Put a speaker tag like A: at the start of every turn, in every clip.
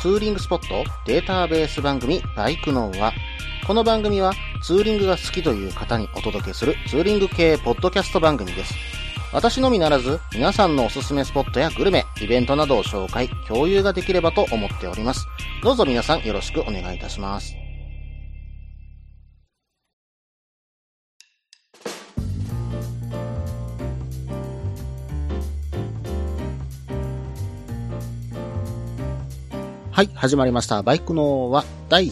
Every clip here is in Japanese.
A: ツーリングスポットデータベース番組バイクノーは、この番組はツーリングが好きという方にお届けするツーリング系ポッドキャスト番組です。私のみならず皆さんのおすすめスポットやグルメ、イベントなどを紹介、共有ができればと思っております。どうぞ皆さんよろしくお願いいたします。はい、始まりました。バイクノーは第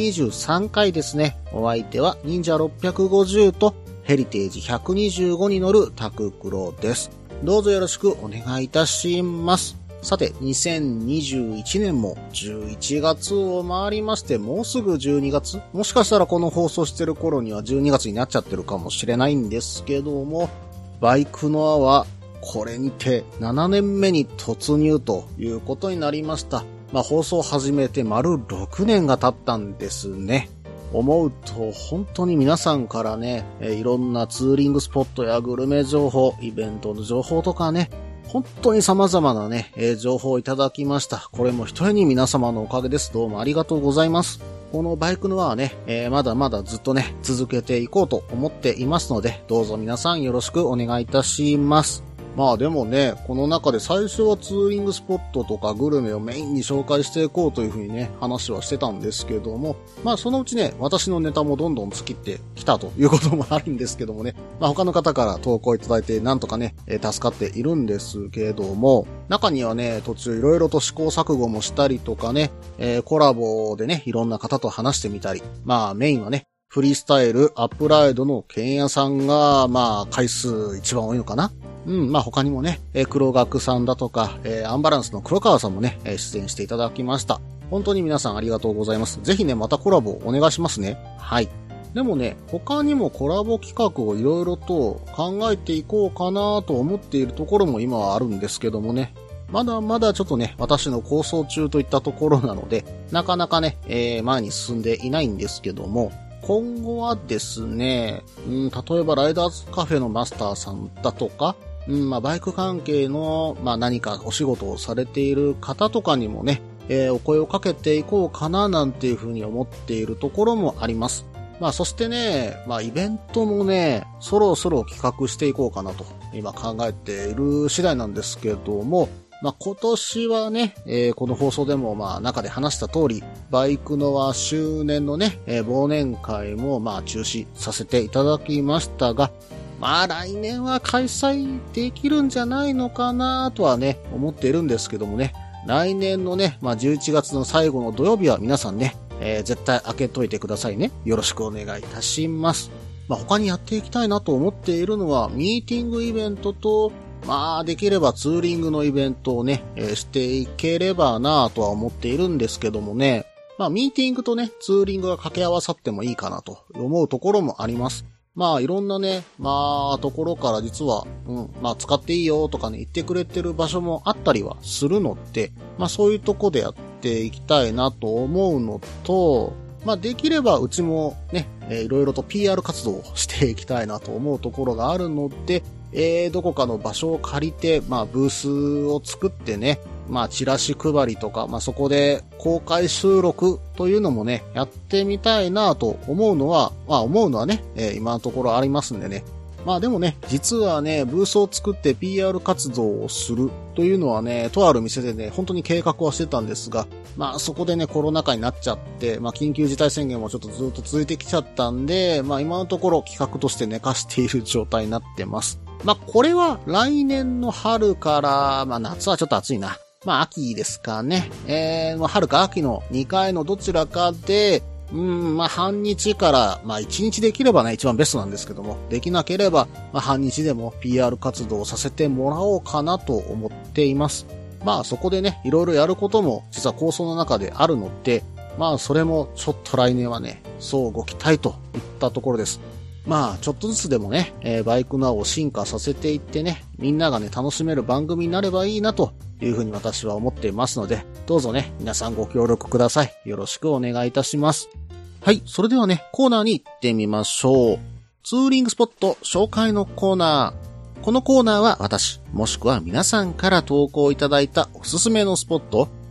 A: 123回ですね。お相手は忍者650とヘリテージ125に乗るタククロです。どうぞよろしくお願いいたします。さて、2021年も11月を回りまして、もうすぐ12月？もしかしたらこの放送してる頃には12月になっちゃってるかもしれないんですけども、バイクノアはこれにて7年目に突入ということになりました。放送始めて丸6年が経ったんですね。思うと本当に皆さんからね、いろんなツーリングスポットやグルメ情報、イベントの情報とかね、本当に様々なね、情報をいただきました。これも一重に皆様のおかげです。どうもありがとうございます。このバイクの輪はね、まだまだずっとね、続けていこうと思っていますので、どうぞ皆さんよろしくお願いいたします。でもね、この中で最初はツーリングスポットとかグルメをメインに紹介していこうというふうにね、話はしてたんですけども、そのうちね、私のネタもどんどん尽きてきたということもあるんですけどもね、他の方から投稿いただいてなんとかね、助かっているんですけども、中にはね、途中いろいろと試行錯誤もしたりとかね、コラボでね、いろんな方と話してみたり、メインはね、フリースタイル、アップライドのケンヤさんが、回数一番多いのかな。他にもね、黒学さんだとか、アンバランスの黒川さんもね、出演していただきました。本当に皆さんありがとうございます。ぜひね、またコラボお願いしますね。はい。でもね、他にもコラボ企画をいろいろと考えていこうかなと思っているところも今はあるんですけどもね。まだまだちょっとね、私の構想中といったところなので、なかなかね、前に進んでいないんですけども、今後はですね、例えばライダーズカフェのマスターさんだとか、バイク関係の、何かお仕事をされている方とかにもね、お声をかけていこうかななんていうふうに思っているところもあります。そしてね、イベントもね、そろそろ企画していこうかなと、今考えている次第なんですけども、今年はね、この放送でも中で話した通り、バイクノア周年のね、忘年会も中止させていただきましたが、来年は開催できるんじゃないのかなとはね、思っているんですけどもね、来年のね、11月の最後の土曜日は皆さんね、絶対開けといてくださいね。よろしくお願いいたします。他にやっていきたいなと思っているのは、ミーティングイベントと、できればツーリングのイベントをね、していければなとは思っているんですけどもね、ミーティングとね、ツーリングが掛け合わさってもいいかなと思うところもあります。いろんなね、ところから実は、使っていいよとかね、言ってくれてる場所もあったりはするので、そういうとこでやっていきたいなと思うのと、できればうちもね、いろいろと PR 活動をしていきたいなと思うところがあるので、どこかの場所を借りて、ブースを作ってね、チラシ配りとか、そこで公開収録というのもね、やってみたいなと思うのはね、今のところありますんでね。でもね、実はね、ブースを作って PR 活動をするというのはね、とある店でね、本当に計画はしてたんですが、そこでね、コロナ禍になっちゃって、緊急事態宣言もちょっとずっと続いてきちゃったんで、今のところ企画として寝かしている状態になってます。これは来年の春から、夏はちょっと暑いな。秋ですかね。春か秋の2回のどちらかで、半日から、1日できればね、一番ベストなんですけども、できなければ、半日でも PR 活動をさせてもらおうかなと思っています。そこでね、いろいろやることも実は構想の中であるので、それもちょっと来年はね、そうご期待といったところです。ちょっとずつでもね、バイクノアを進化させていってね、みんながね、楽しめる番組になればいいなというふうに私は思っていますので、どうぞね、皆さんご協力ください。よろしくお願いいたします。はい、それではね、コーナーに行ってみましょう。ツーリングスポット紹介のコーナー。このコーナーは私、もしくは皆さんから投稿いただいたおすすめのスポット、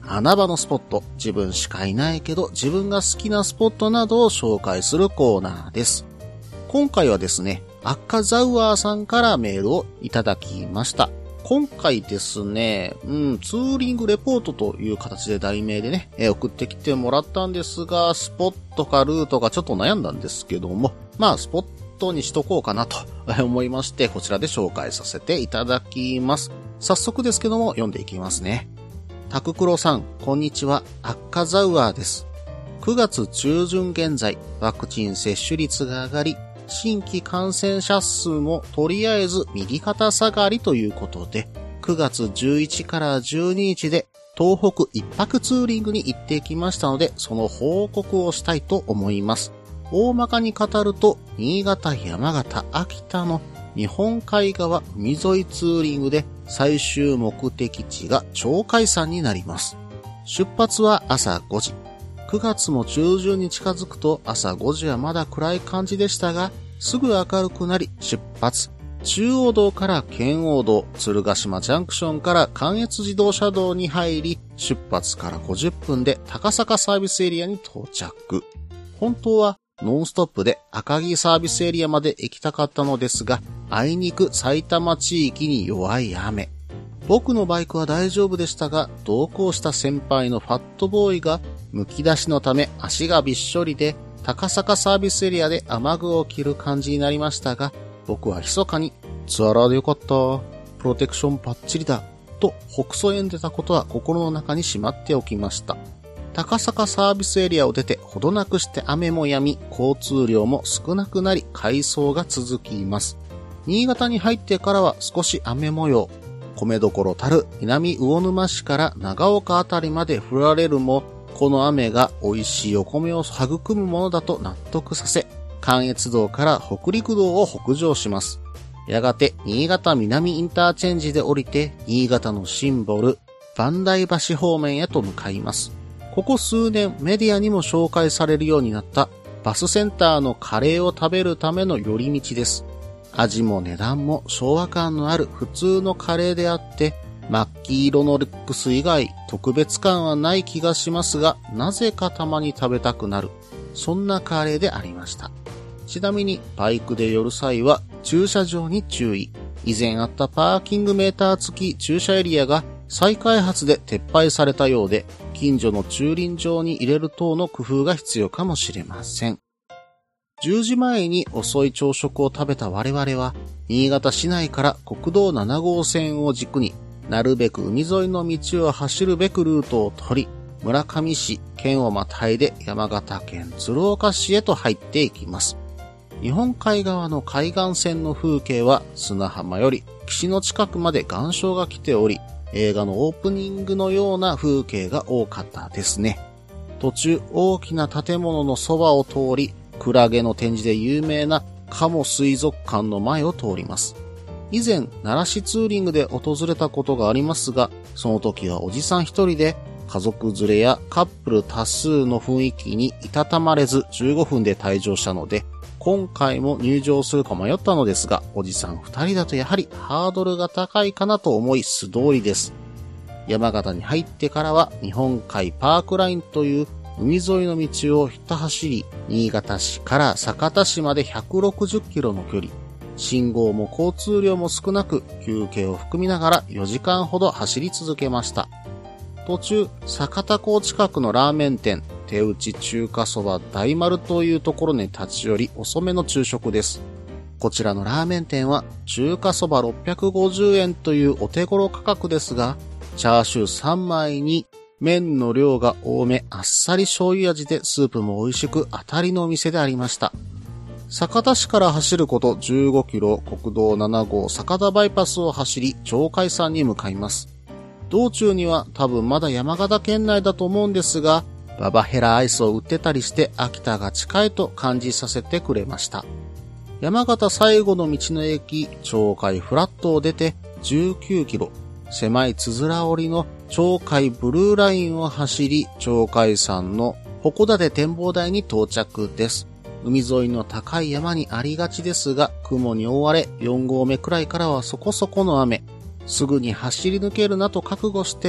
A: 穴場のスポット、自分しかいないけど自分が好きなスポットなどを紹介するコーナーです。今回はですね、アッカザウアーさんからメールをいただきました。今回ですね、ツーリングレポートという形で題名でね、送ってきてもらったんですが、スポットかルートかちょっと悩んだんですけども、スポットにしとこうかなと思いまして、こちらで紹介させていただきます。早速ですけども、読んでいきますね。タククロさん、こんにちは、アッカザウアーです。9月中旬現在、ワクチン接種率が上がり、新規感染者数もとりあえず右肩下がりということで、9月11から12日で東北一泊ツーリングに行ってきましたので、その報告をしたいと思います。大まかに語ると、新潟、山形、秋田の日本海側海沿いツーリングで最終目的地が鳥海山になります。出発は朝5時。9月も中旬に近づくと朝5時はまだ暗い感じでしたが、すぐ明るくなり出発。中央道から圏央道、鶴ヶ島ジャンクションから関越自動車道に入り、出発から50分で高坂サービスエリアに到着。本当はノンストップで赤城サービスエリアまで行きたかったのですが、あいにく埼玉地域に弱い雨。僕のバイクは大丈夫でしたが、同行した先輩のファットボーイがむき出しのため足がびっしょりで、高坂サービスエリアで雨具を着る感じになりましたが、僕は密かにツアラーでよかった、プロテクションバッチリだと北総へ出たことは心の中にしまっておきました。高坂サービスエリアを出てほどなくして雨も止み、交通量も少なくなり回送が続きます。新潟に入ってからは少し雨模様。米どころたる南魚沼市から長岡あたりまで降られるも、この雨が美味しいお米を育むものだと納得させ、関越道から北陸道を北上します。やがて新潟南インターチェンジで降りて、新潟のシンボル、磐梯橋方面へと向かいます。ここ数年メディアにも紹介されるようになったバスセンターのカレーを食べるための寄り道です。味も値段も昭和感のある普通のカレーであって、真っ黄色のルックス以外特別感はない気がしますが、なぜかたまに食べたくなる。そんなカレーでありました。ちなみにバイクで寄る際は駐車場に注意。以前あったパーキングメーター付き駐車エリアが再開発で撤廃されたようで、近所の駐輪場に入れる等の工夫が必要かもしれません。10時前に遅い朝食を食べた我々は、新潟市内から国道7号線を軸に、なるべく海沿いの道を走るべくルートを取り、村上市、県をまたいで山形県鶴岡市へと入っていきます。日本海側の海岸線の風景は砂浜より岸の近くまで岩礁が来ており、映画のオープニングのような風景が多かったですね。途中大きな建物のそばを通り、クラゲの展示で有名な鴨水族館の前を通ります。以前、奈良市ツーリングで訪れたことがありますが、その時はおじさん一人で家族連れやカップル多数の雰囲気にいたたまれず15分で退場したので、今回も入場するか迷ったのですが、おじさん2人だとやはりハードルが高いかなと思い素通りです。山形に入ってからは日本海パークラインという海沿いの道をひた走り、新潟市から酒田市まで160キロの距離。信号も交通量も少なく、休憩を含みながら4時間ほど走り続けました。途中、酒田港近くのラーメン店、手打ち中華そば大丸というところに立ち寄り遅めの昼食です。こちらのラーメン店は中華そば650円というお手頃価格ですが、チャーシュー3枚に麺の量が多め、あっさり醤油味でスープも美味しく当たりのお店でありました。酒田市から走ること15キロ、国道7号酒田バイパスを走り、鳥海山に向かいます。道中には多分まだ山形県内だと思うんですが、ババヘラアイスを売ってたりして秋田が近いと感じさせてくれました。山形最後の道の駅、鳥海フラットを出て19キロ、狭いつづら折りの鳥海ブルーラインを走り、鳥海山の鉾館展望台に到着です。海沿いの高い山にありがちですが、雲に覆われ4合目くらいからはそこそこの雨。すぐに走り抜けるなと覚悟して、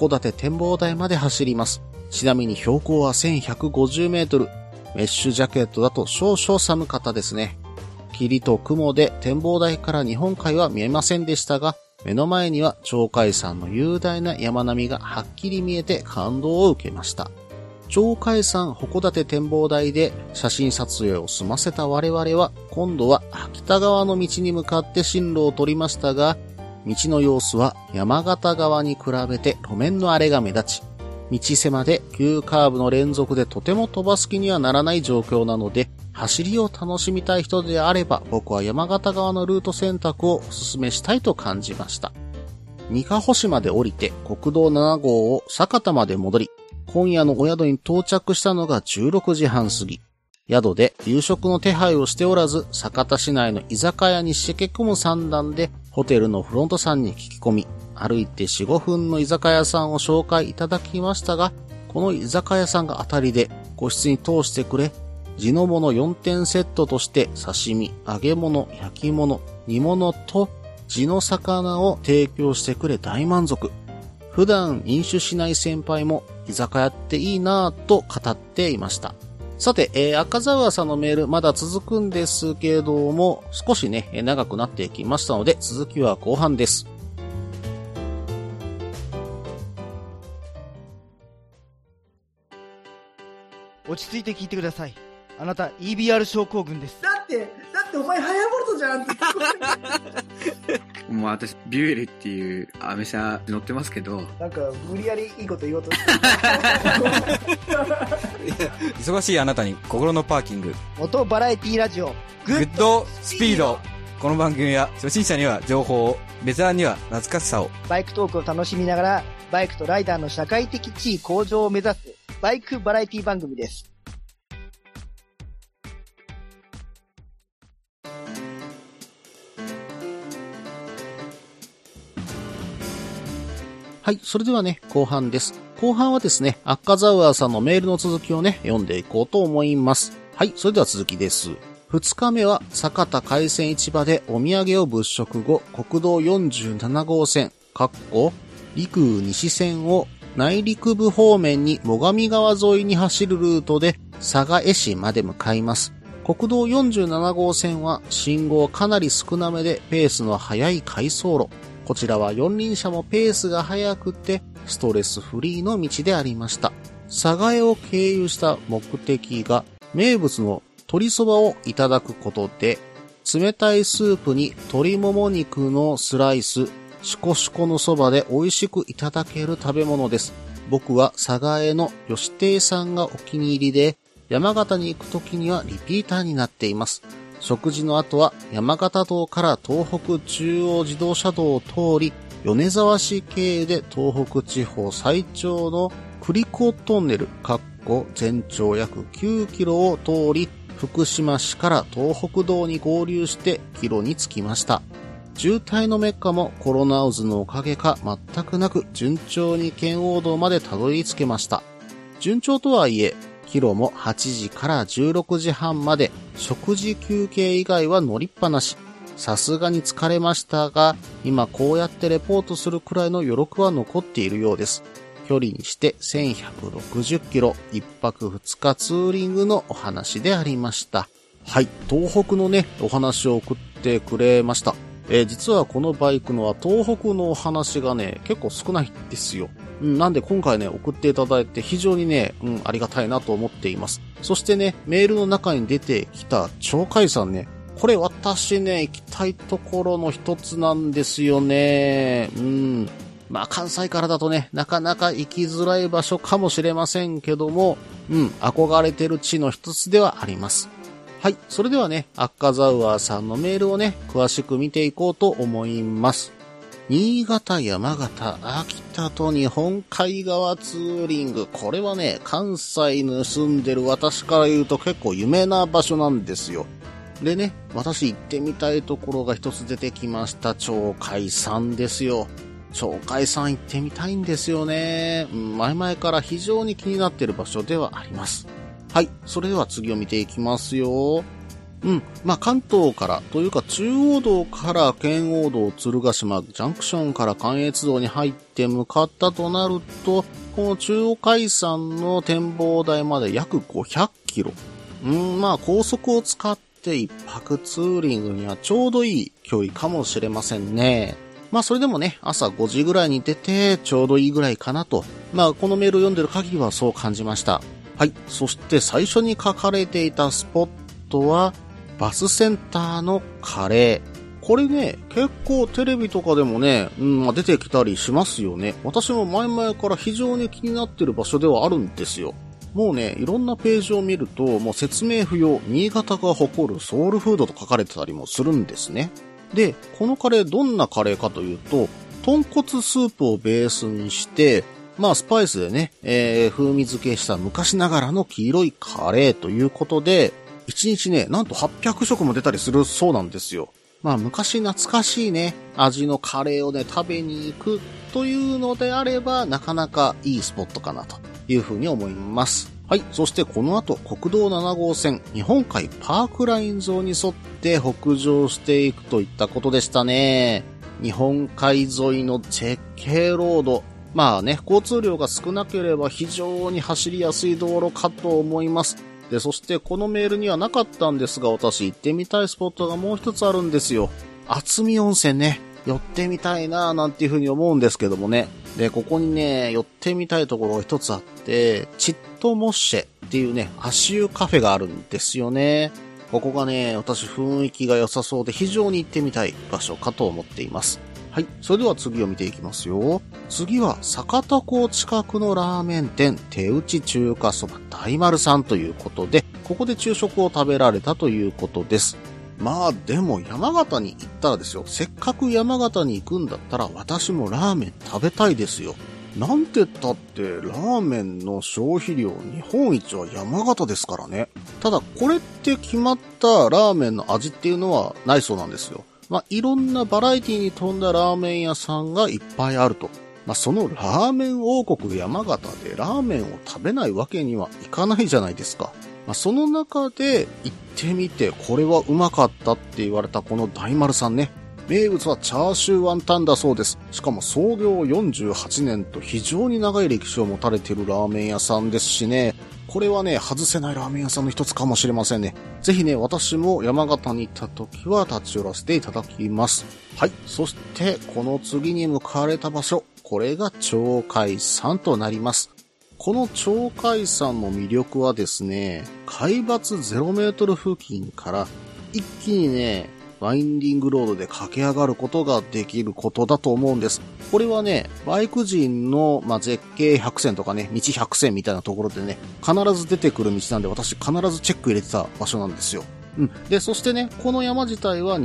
A: 函館展望台まで走ります。ちなみに標高は1150メートル。メッシュジャケットだと少々寒かったですね。霧と雲で展望台から日本海は見えませんでしたが、目の前には鳥海山の雄大な山並みがはっきり見えて感動を受けました。鳥海山函館展望台で写真撮影を済ませた我々は、今度は秋田川の道に向かって進路を取りましたが、道の様子は山形川に比べて路面の荒れが目立ち、道狭で急カーブの連続でとても飛ばす気にはならない状況なので、走りを楽しみたい人であれば僕は山形側のルート選択をお勧めしたいと感じました。にかほ市まで降りて国道7号を酒田まで戻り、今夜のお宿に到着したのが16時半過ぎ。宿で夕食の手配をしておらず、酒田市内の居酒屋にしけ込む算段でホテルのフロントさんに聞き込み、歩いて 4,5 分の居酒屋さんを紹介いただきましたが、この居酒屋さんが当たりで個室に通してくれ、地の物4点セットとして刺身、揚げ物、焼き物、煮物と地の魚を提供してくれ大満足。普段飲酒しない先輩も居酒屋っていいなぁと語っていました。さて、赤澤さんのメールまだ続くんですけれども、少しね、長くなってきましたので、続きは後半です。
B: 落ち着いて聞いてください。あなた EBR 症候群です。
C: だってお前ハヤボルトじゃんって
D: もう私ビュエルっていうアメ車乗ってますけど、
C: なんか無理やりいいこと言おうとして
E: 忙しいあなたに心のパーキング、
B: 元バラエティラジオ
E: グッドスピード。この番組は初心者には情報を、ベテランには懐かしさを、
B: バイクトークを楽しみながらバイクとライダーの社会的地位向上を目指すバイクバラエティ番組です。
A: はい、それではね、後半です。後半はですね、アッカザウアーさんのメールの続きをね、読んでいこうと思います。はい、それでは続きです。2日目は酒田海鮮市場でお土産を物色後、国道47号線、陸羽西線を内陸部方面に最上川沿いに走るルートで佐賀江市まで向かいます。国道47号線は信号かなり少なめでペースの速い回送路。こちらは四輪車もペースが速くてストレスフリーの道でありました。佐賀江を経由した目的が名物の鶏そばをいただくことで、冷たいスープに鶏もも肉のスライス、シコシコのそばで美味しくいただける食べ物です。僕は佐賀江の吉亭さんがお気に入りで、山形に行くときにはリピーターになっています。食事の後は山形道から東北中央自動車道を通り、米沢市経由で東北地方最長の栗子トンネル、全長約9キロを通り、福島市から東北道に合流して帰路に着きました。渋滞のメッカもコロナ渦のおかげか全くなく順調に圏央道までたどり着けました。順調とはいえ、帰路も8時から16時半まで食事休憩以外は乗りっぱなし。さすがに疲れましたが、今こうやってレポートするくらいの余力は残っているようです。距離にして1160キロ、1泊2日ツーリングのお話でありました。はい、東北のね、お話を送ってくれました。実はこのバイクのは東北のお話がね、結構少ないんですよ。なんで今回ね、送っていただいて非常にね、ありがたいなと思っています。そしてね、メールの中に出てきた鳥海山ね、これ私ね、行きたいところの一つなんですよね。まあ関西からだとね、なかなか行きづらい場所かもしれませんけども、憧れてる地の一つではあります。はい、それではね、アッカザウアーさんのメールをね、詳しく見ていこうと思います。新潟、山形、秋田と日本海側ツーリング。これはね、関西に住んでる私から言うと結構有名な場所なんですよ。でね、私行ってみたいところが一つ出てきました。鳥海山ですよ。鳥海山行ってみたいんですよね。前々から非常に気になっている場所ではあります。はい、それでは次を見ていきますよ。 関東からというか中央道から圏央道鶴ヶ島ジャンクションから関越道に入って向かったとなると、この中央海山の展望台まで約500キロ。高速を使って一泊ツーリングにはちょうどいい距離かもしれませんね。それでもね、朝5時ぐらいに出てちょうどいいぐらいかなと。このメールを読んでる限りはそう感じました。はい。そして最初に書かれていたスポットは、バスセンターのカレー。これね、結構テレビとかでもね、出てきたりしますよね。私も前々から非常に気になってる場所ではあるんですよ。もうね、いろんなページを見ると、もう説明不要、新潟が誇るソウルフードと書かれてたりもするんですね。で、このカレーどんなカレーかというと、豚骨スープをベースにして、スパイスでね、風味付けした昔ながらの黄色いカレーということで、1日ね、なんと800食も出たりするそうなんですよ。昔懐かしいね、味のカレーをね、食べに行くというのであれば、なかなかいいスポットかなというふうに思います。はい。そしてこの後、国道7号線、日本海パークライン沿いに沿って北上していくといったことでしたね。日本海沿いの絶景ロード。交通量が少なければ非常に走りやすい道路かと思います。で、そしてこのメールにはなかったんですが、私行ってみたいスポットがもう一つあるんですよ。渥美温泉ね、寄ってみたいなぁなんていうふうに思うんですけどもね。で、ここにね、寄ってみたいところが一つあって、チットモッシェっていうね、足湯カフェがあるんですよね。ここがね、私雰囲気が良さそうで非常に行ってみたい場所かと思っています。はい。それでは次を見ていきますよ。次は、酒田港近くのラーメン店、手打ち中華そば大丸さんということで、ここで昼食を食べられたということです。でも山形に行ったらですよ。せっかく山形に行くんだったら、私もラーメン食べたいですよ。なんて言ったって、ラーメンの消費量日本一は山形ですからね。ただ、これって決まったラーメンの味っていうのはないそうなんですよ。いろんなバラエティに富んだラーメン屋さんがいっぱいあると。そのラーメン王国山形でラーメンを食べないわけにはいかないじゃないですか。その中で行ってみてこれはうまかったって言われたこの大丸さんね。名物はチャーシューワンタンだそうです。しかも創業48年と非常に長い歴史を持たれているラーメン屋さんですしね。これはね、外せないラーメン屋さんの一つかもしれませんね。ぜひね、私も山形に行った時は立ち寄らせていただきます。はい。そして、この次に向かわれた場所、これが鳥海山となります。この鳥海山の魅力はですね、海抜0メートル付近から一気にね、ワインディングロードで駆け上がることができることだと思うんです。これはね、バイク人の、絶景100選とかね、道100選みたいなところでね、必ず出てくる道なんで私必ずチェック入れてた場所なんですよ。で、そしてね、この山自体は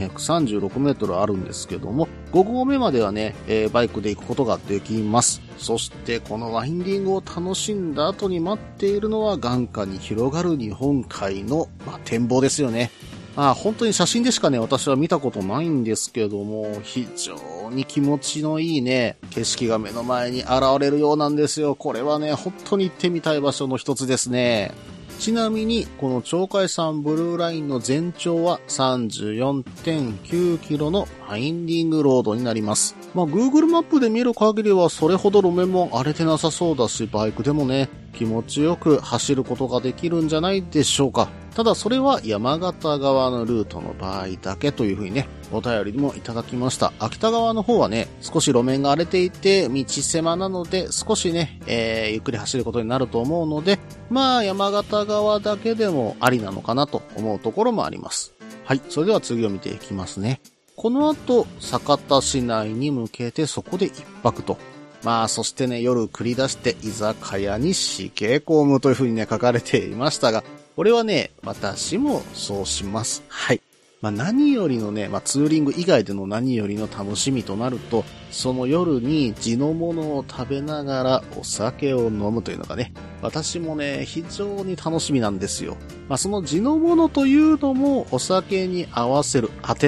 A: 2236メートルあるんですけども、5合目まではね、バイクで行くことができます。そしてこのワインディングを楽しんだ後に待っているのは眼下に広がる日本海の、展望ですよね。本当に写真でしかね、私は見たことないんですけども、非常に気持ちのいいね、景色が目の前に現れるようなんですよ。これはね、本当に行ってみたい場所の一つですね。ちなみに、この鳥海山ブルーラインの全長は 34.9 キロのワインディングロードになります。Google マップで見る限りはそれほど路面も荒れてなさそうだし、バイクでもね、気持ちよく走ることができるんじゃないでしょうか。ただそれは山形側のルートの場合だけというふうにね、お便りもいただきました。秋田側の方はね、少し路面が荒れていて、道狭なので、少しね、ゆっくり走ることになると思うので、山形側だけでもありなのかなと思うところもあります。はい、それでは次を見ていきますね。この後、酒田市内に向けてそこで一泊と。そしてね、夜繰り出して居酒屋にしけ込むというふうにね、書かれていましたが、これはね、私もそうします。はい。何よりのね、ツーリング以外での何よりの楽しみとなると、その夜に地のものを食べながらお酒を飲むというのがね、私もね、非常に楽しみなんですよ。その地のものというのもお酒に合わせるあてね。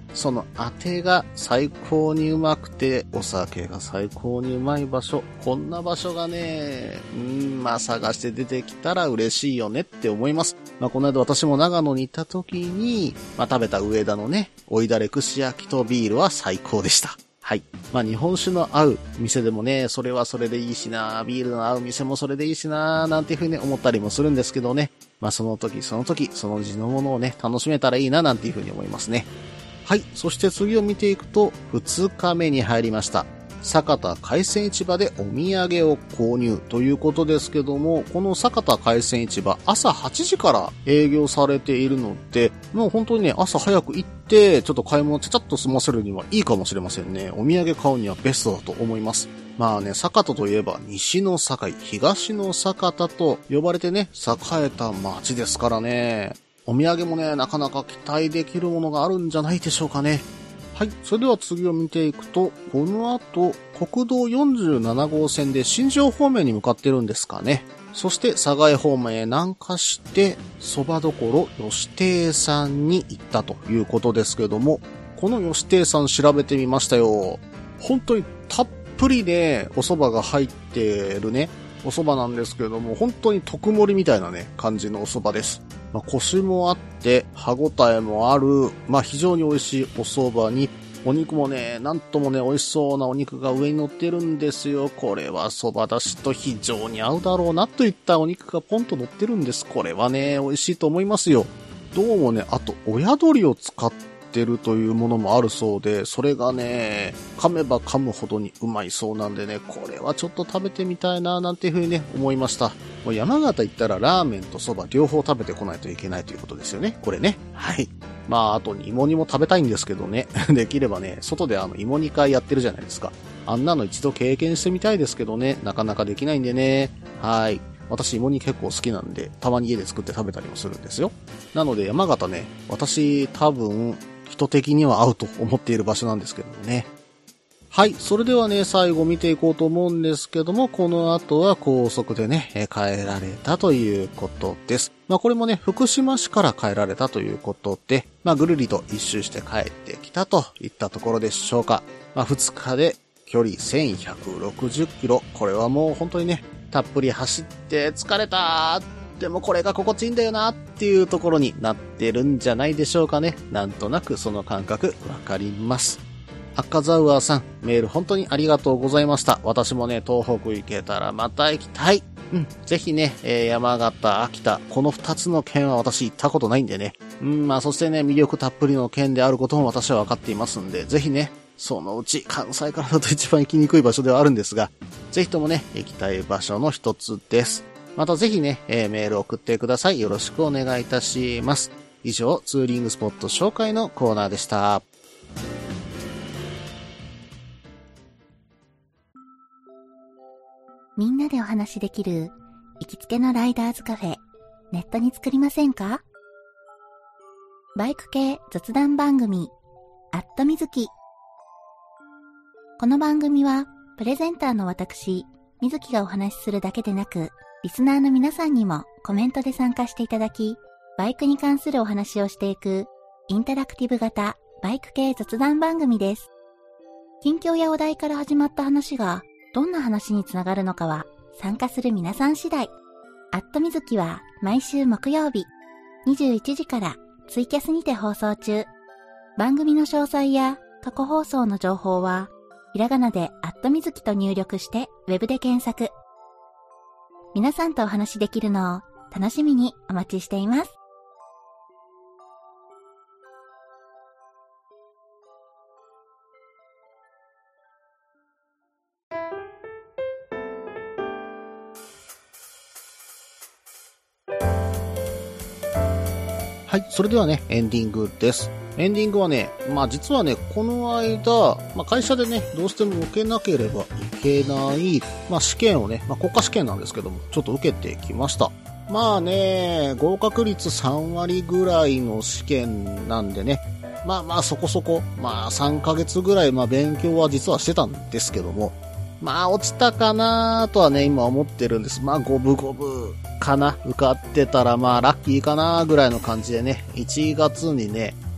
A: その当てが最高にうまくて、お酒が最高にうまい場所。こんな場所がね、探して出てきたら嬉しいよねって思います。この間私も長野に行った時に、食べた上田のね、追いだれ串焼きとビールは最高でした。はい。日本酒の合う店でもね、それはそれでいいしな、ビールの合う店もそれでいいしな、なんていうふうに思ったりもするんですけどね。その時、その地のものをね、楽しめたらいいな、なんていうふうに思いますね。はい。そして次を見ていくと、2日目に入りました。酒田海鮮市場でお土産を購入ということですけども、この酒田海鮮市場、朝8時から営業されているので、もう本当にね、朝早く行って、ちょっと買い物ちゃちゃっと済ませるにはいいかもしれませんね。お土産買うにはベストだと思います。酒田といえば、西の堺、東の酒田と呼ばれてね、栄えた町ですからね。お土産もね、なかなか期待できるものがあるんじゃないでしょうかね。はい。それでは次を見ていくと、この後、国道47号線で新庄方面に向かってるんですかね。そして、佐賀方面へ南下して、蕎麦処吉亭さんに行ったということですけども、この吉亭さん調べてみましたよ。本当にたっぷりでお蕎麦が入ってるね、お蕎麦なんですけれども、本当に特盛りみたいなね、感じのお蕎麦です。コシもあって、歯ごたえもある、非常に美味しいお蕎麦に、お肉もね、なんともね、美味しそうなお肉が上に乗ってるんですよ。これは蕎麦だしと非常に合うだろうなといったお肉がポンと乗ってるんです。これはね、美味しいと思いますよ。どうもね、あと、親鶏を使ってるというものもあるそうで、それがね、噛めば噛むほどにうまいそうなんでね、これはちょっと食べてみたいな、なんていうふうにね、思いました。もう山形行ったらラーメンと蕎麦両方食べてこないといけないということですよね。これね。はい。あと芋煮も食べたいんですけどね。できればね、外で芋煮会やってるじゃないですか。あんなの一度経験してみたいですけどね、なかなかできないんでね。はい。私芋煮結構好きなんで、たまに家で作って食べたりもするんですよ。なので山形ね、私多分、人的には合うと思っている場所なんですけどもね。はい。それではね、最後見ていこうと思うんですけども、この後は高速でね、帰られたということです。これもね、福島市から帰られたということで、ぐるりと一周して帰ってきたといったところでしょうか。2日で距離1160キロ。これはもう本当にね、たっぷり走って疲れた。でもこれが心地いいんだよなっていうところになってるんじゃないでしょうかね。なんとなくその感覚わかります。赤ザウアーさん、メール本当にありがとうございました。私もね、東北行けたらまた行きたい。ぜひね、山形、秋田、この2つの県は私行ったことないんでね。そしてね、魅力たっぷりの県であることも私は分かっていますんで、ぜひね、そのうち関西からだと一番行きにくい場所ではあるんですが、ぜひともね、行きたい場所の一つです。またぜひね、メールを送ってください。よろしくお願いいたします。以上、ツーリングスポット紹介のコーナーでした。
F: みんなでお話しできる行きつけのライダーズカフェ、ネットに作りませんか？バイク系雑談番組、みずき。この番組はプレゼンターの私、みずきがお話しするだけでなく、リスナーの皆さんにもコメントで参加していただき、バイクに関するお話をしていくインタラクティブ型バイク系雑談番組です。近況やお題から始まった話がどんな話につながるのかは参加する皆さん次第。みずきは毎週木曜日21時からツイキャスにて放送中。番組の詳細や過去放送の情報はひらがなでみずきと入力してウェブで検索。皆さんとお話しできるのを楽しみにお待ちしています。
A: はい、それではね、エンディングです。エンディングはね、実はね、この間、会社でね、どうしても受けなければいけない、試験をね、国家試験なんですけども、ちょっと受けてきました。合格率3割ぐらいの試験なんでね、そこそこ、3ヶ月ぐらい、勉強は実はしてたんですけども、落ちたかなとはね、今思ってるんです。五分五分かな受かってたらラッキーかなぐらいの感じでね、1月にね、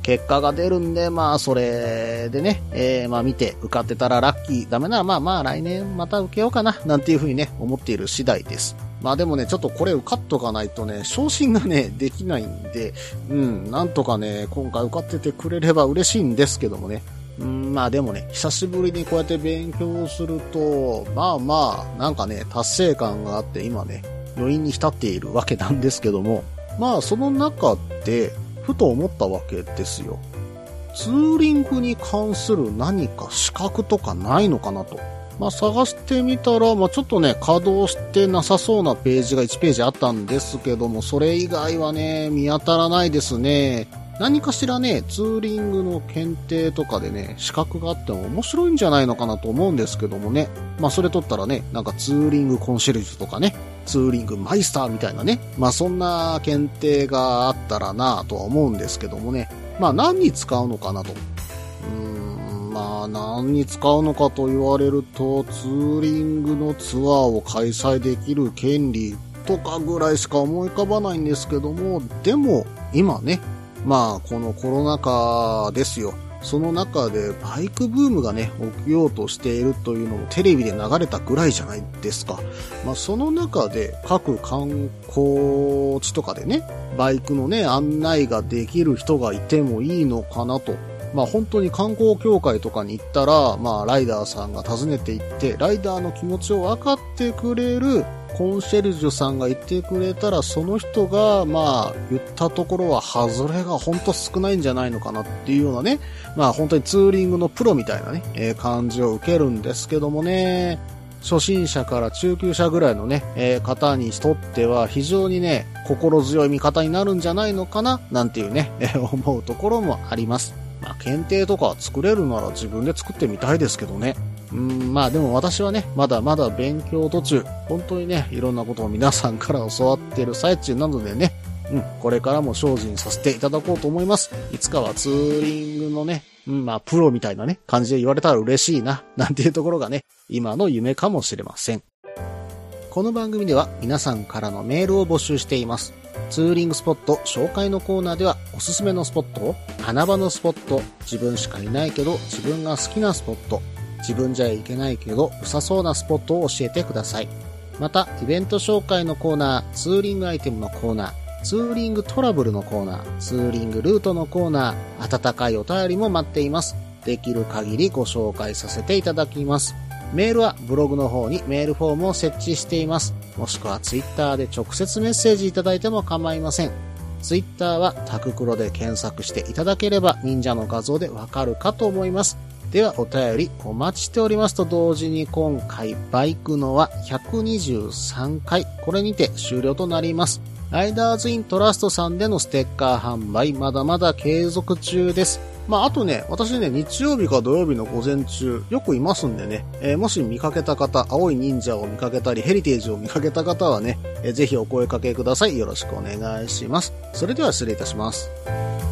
A: 結果が出るんで、まあ、それでね、まあ見て受かってたらラッキー、ダメならまあ来年また受けようかな、なんていうふうにね、思っている次第です。まあでもね、ちょっとこれ受かっとかないとね、昇進がね、できないんで、なんとかね、今回受かっててくれれば嬉しいんですけどもね。まあでもね、久しぶりにこうやって勉強すると、まあ、なんかね、達成感があって今ね、余韻に浸っているわけなんですけども、まあその中で、ふと思ったわけですよ。ツーリングに関する何か資格とかないのかなと。まあ探してみたら、まあちょっとね、稼働してなさそうなページが1ページあったんですけども、それ以外はね、見当たらないですね。何かしらね、ツーリングの検定とかでね、資格があっても面白いんじゃないのかなと思うんですけどもね。まあそれ取ったらね、なんかツーリングコンシェルジュとかね、ツーリングマイスターみたいなね。まあそんな検定があったらなぁとは思うんですけどもね。まあ何に使うのかなと。まあ何に使うのかと言われると、ツーリングのツアーを開催できる権利とかぐらいしか思い浮かばないんですけども、でも今ね、まあこのコロナ禍ですよ。その中でバイクブームがね、起きようとしているというのもテレビで流れたぐらいじゃないですか。まあその中で各観光地とかでね、バイクのね、案内ができる人がいてもいいのかなと。まあ本当に観光協会とかに行ったら、まあライダーさんが訪ねて行って、ライダーの気持ちを分かってくれるコンシェルジュさんがいてくれたら、その人がまあ言ったところは外れが本当少ないんじゃないのかなっていうようなね、まあ本当にツーリングのプロみたいなね、感じを受けるんですけどもね、初心者から中級者ぐらいのね、方にとっては非常にね、心強い味方になるんじゃないのかななんていうね、思うところもあります。まあ検定とか作れるなら自分で作ってみたいですけどね。まあでも私はね、まだまだ勉強途中、本当にね、いろんなことを皆さんから教わっている最中なのでね、これからも精進させていただこうと思います。いつかはツーリングのね、まあプロみたいなね、感じで言われたら嬉しいな、なんていうところがね、今の夢かもしれません。この番組では皆さんからのメールを募集しています。ツーリングスポット紹介のコーナーではおすすめのスポット、穴場のスポット、自分しかいないけど自分が好きなスポット、自分じゃいけないけど良さそうなスポットを教えてください。また、イベント紹介のコーナー、ツーリングアイテムのコーナー、ツーリングトラブルのコーナー、ツーリングルートのコーナー、温かいお便りも待っています。できる限りご紹介させていただきます。メールはブログの方にメールフォームを設置しています。もしくはツイッターで直接メッセージいただいても構いません。ツイッターはタククロで検索していただければ忍者の画像でわかるかと思います。ではお便りお待ちしておりますと同時に今回バイクのは123回、これにて終了となります。ライダーズイントラストさんでのステッカー販売まだまだ継続中です。まああとね、私ね、日曜日か土曜日の午前中よくいますんでね、もし見かけた方、青い忍者を見かけたりヘリテージを見かけた方はね、ぜひお声かけください。よろしくお願いします。それでは失礼いたします。